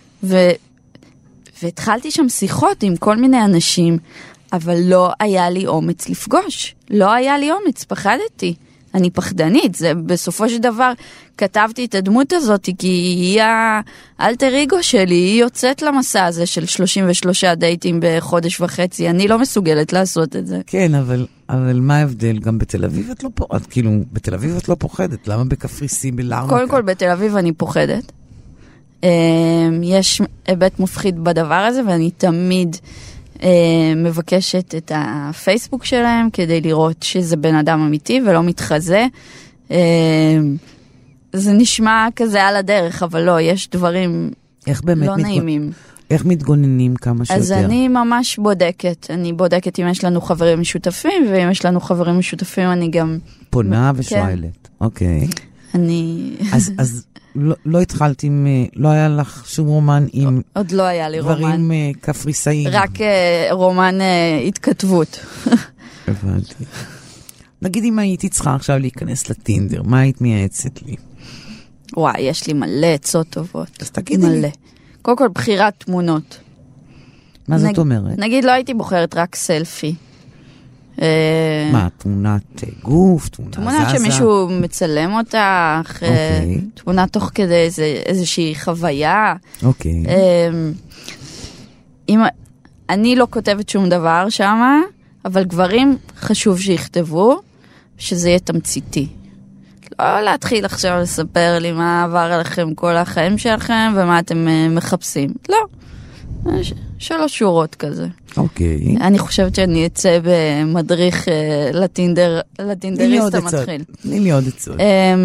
S3: והתחלתי שם שיחות עם כל מיני אנשים, אבל לא היה לי אומץ לפגוש. לא היה לי אומץ, פחדתי. אני פחדנית. זה בסופו של דבר כתבתי את הדמות הזאת, כי היא האלטר אגו שלי, היא יוצאת למסע הזה של 33 דייטים בחודש וחצי. אני לא מסוגלת לעשות את זה. כן,
S2: אבל מה ההבדל? גם בתל אביב את לא פוחדת. כאילו, בתל אביב את לא פוחדת. למה בקפריסין, בלרנקה?
S3: קודם כל, בתל אביב אני פוחדת. יש היבט מפחיד בדבר הזה, ואני תמיד מבקשת את הפייסבוק שלהם, כדי לראות שזה בן אדם אמיתי ולא מתחזה. זה נשמע כזה על הדרך, אבל לא, יש דברים לא נעימים.
S2: איך מתגוננים כמה שיותר?
S3: אז אני ממש בודקת. אני בודקת אם יש לנו חברים משותפים, ואם יש לנו חברים משותפים אני גם...
S2: פונה ושואלת. אוקיי. אז לא התחלתי, לא היה לך שום רומן עם...
S3: עוד לא היה לי רומן.
S2: דברים קפריסאיים.
S3: רק רומן התכתבות.
S2: הבנתי. נגיד אם הייתי צריכה עכשיו להיכנס לטינדר, מה היית מייעצת לי?
S3: וואי, יש לי מלא עצות טובות.
S2: אז תגידי לי.
S3: קודם כל, בחירת תמונות.
S2: מה זאת אומרת?
S3: נגיד, לא הייתי בוחרת רק סלפי.
S2: מה, תמונת גוף, תמונה זזה?
S3: שמישהו מצלם אותך, תמונה תוך כדי איזושהי חוויה.
S2: אוקיי.
S3: אני לא כותבת שום דבר שם, אבל גברים חשוב שיכתבו, שזה יהיה תמציתי. לא להתחיל עכשיו לספר לי מה עבר עליכם כל החיים שלכם, ומה אתם מחפשים. לא. 3 שורות כזה.
S2: אוקיי.
S3: אני חושבת שאני אצא במדריך לטינדריסט המתחיל.
S2: תני לי עוד עצות.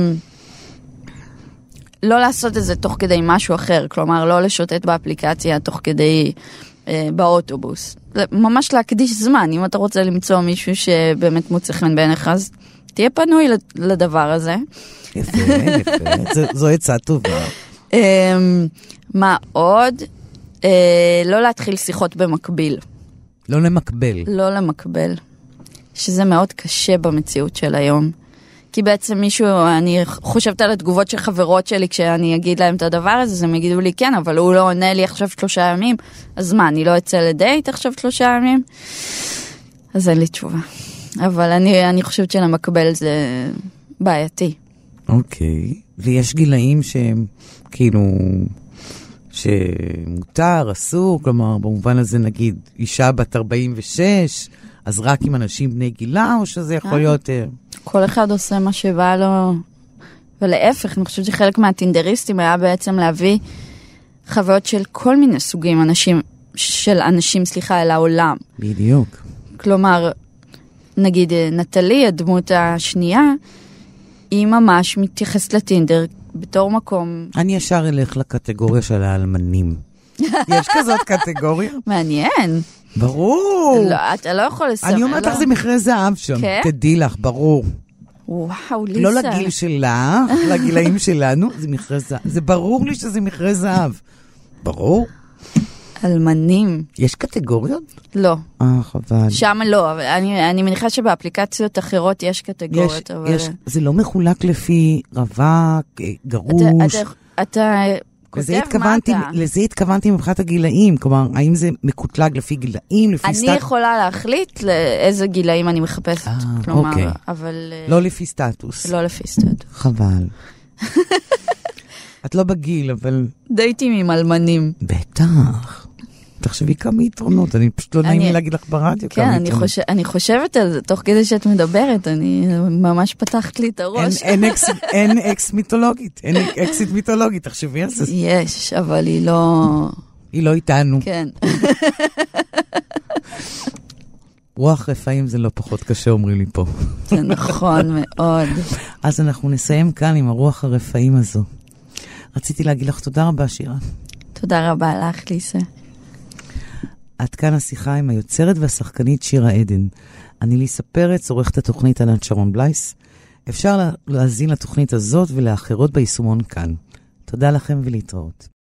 S3: לא לעשות את זה תוך כדי משהו אחר, כלומר לא לשוטט באפליקציה תוך כדי באוטובוס. ממש להקדיש זמן, אם אתה רוצה למצוא מישהו שבאמת מוצא חן בעיניך, אז תהיה פנוי לדבר הזה.
S2: יפה, יפה. זו עצה טובה.
S3: מה עוד? לא להתחיל שיחות במקביל.
S2: לא למקבל.
S3: לא למקבל. שזה מאוד קשה במציאות של היום. כי בעצם מישהו, אני חושבת על התגובות של חברות שלי, כשאני אגיד להם את הדבר הזה, אז הם יגידו לי כן, אבל הוא לא עונה לי עכשיו 3 ימים. אז מה, אני לא אצא לדייט עכשיו 3 ימים? אז אין לי תשובה. אבל אני חושבת שלמקבל זה בעייתי.
S2: אוקיי. ויש גילאים שהם כאילו, שמותר, אסור, כלומר, במובן הזה נגיד, אישה בת 46, אז רק עם אנשים בני גילה, או שזה יכול להיות...
S3: כל אחד עושה מה שבא לו, ולהפך, אני חושבת שחלק מהטינדריסטים היה בעצם להביא חוויות של כל מיני סוגים אנשים, אל העולם.
S2: בדיוק.
S3: כלומר, נגיד נטלי, הדמות השנייה, היא ממש מתייחסת לטינדר בתור מקום...
S2: אני ישר אלך לקטגוריה של האלמנים. יש כזאת קטגוריה?
S3: מעניין.
S2: ברור.
S3: לא, אתה לא יכול לסמל.
S2: אני אומרת לך, זה מכרה זהב שם.
S3: כן?
S2: תדעי לך, ברור.
S3: וואו, ליסה.
S2: לא לגיל שלך, לגילאים שלנו, זה מכרה זהב. זה ברור לי שזה מכרה זהב. ברור.
S3: אלמנים.
S2: יש קטגוריות?
S3: לא.
S2: חבל.
S3: שם לא, אבל אני מניחה שבאפליקציות אחרות יש קטגוריות.
S2: זה לא מחולק לפי רווק, גרוש.
S3: אתה כותב מה אתה...
S2: לזה התכוונתי מבחינת הגילאים, כלומר, האם זה מקוטלג לפי גילאים, לפי סטטוס?
S3: אני יכולה להחליט לאיזה גילאים אני מחפשת, כלומר, אבל...
S2: לא לפי סטטוס.
S3: לא לפי סטטוס.
S2: חבל. את לא בגיל, אבל...
S3: דייטים עם אלמנים.
S2: בטח. תחשבי כמה יתרונות, אני פשוט לא נעים לי להגיד לך ברדיו כמה יתרונות.
S3: כן, אני חושבת על זה, תוך כדי שאת מדברת, אני ממש פתחת לי את הראש.
S2: אין אקס מיתולוגית, אין אקסיט מיתולוגית, תחשבי על זה.
S3: יש, אבל היא לא...
S2: היא לא איתנו.
S3: כן.
S2: רוח רפאים זה לא פחות קשה, אומרים לי פה.
S3: זה נכון מאוד.
S2: אז אנחנו נסיים כאן עם הרוח הרפאים הזו. רציתי להגיד לך תודה רבה, שירה.
S3: תודה רבה לך, ליסה.
S2: עד כאן השיחה עם היוצרת והשחקנית שירה עדן. אני ליסה פרץ, עורכת התוכנית ענת שרון בלייס. אפשר להזין לתוכנית הזאת ולאחרות ביישומון כאן. תודה לכם ולהתראות.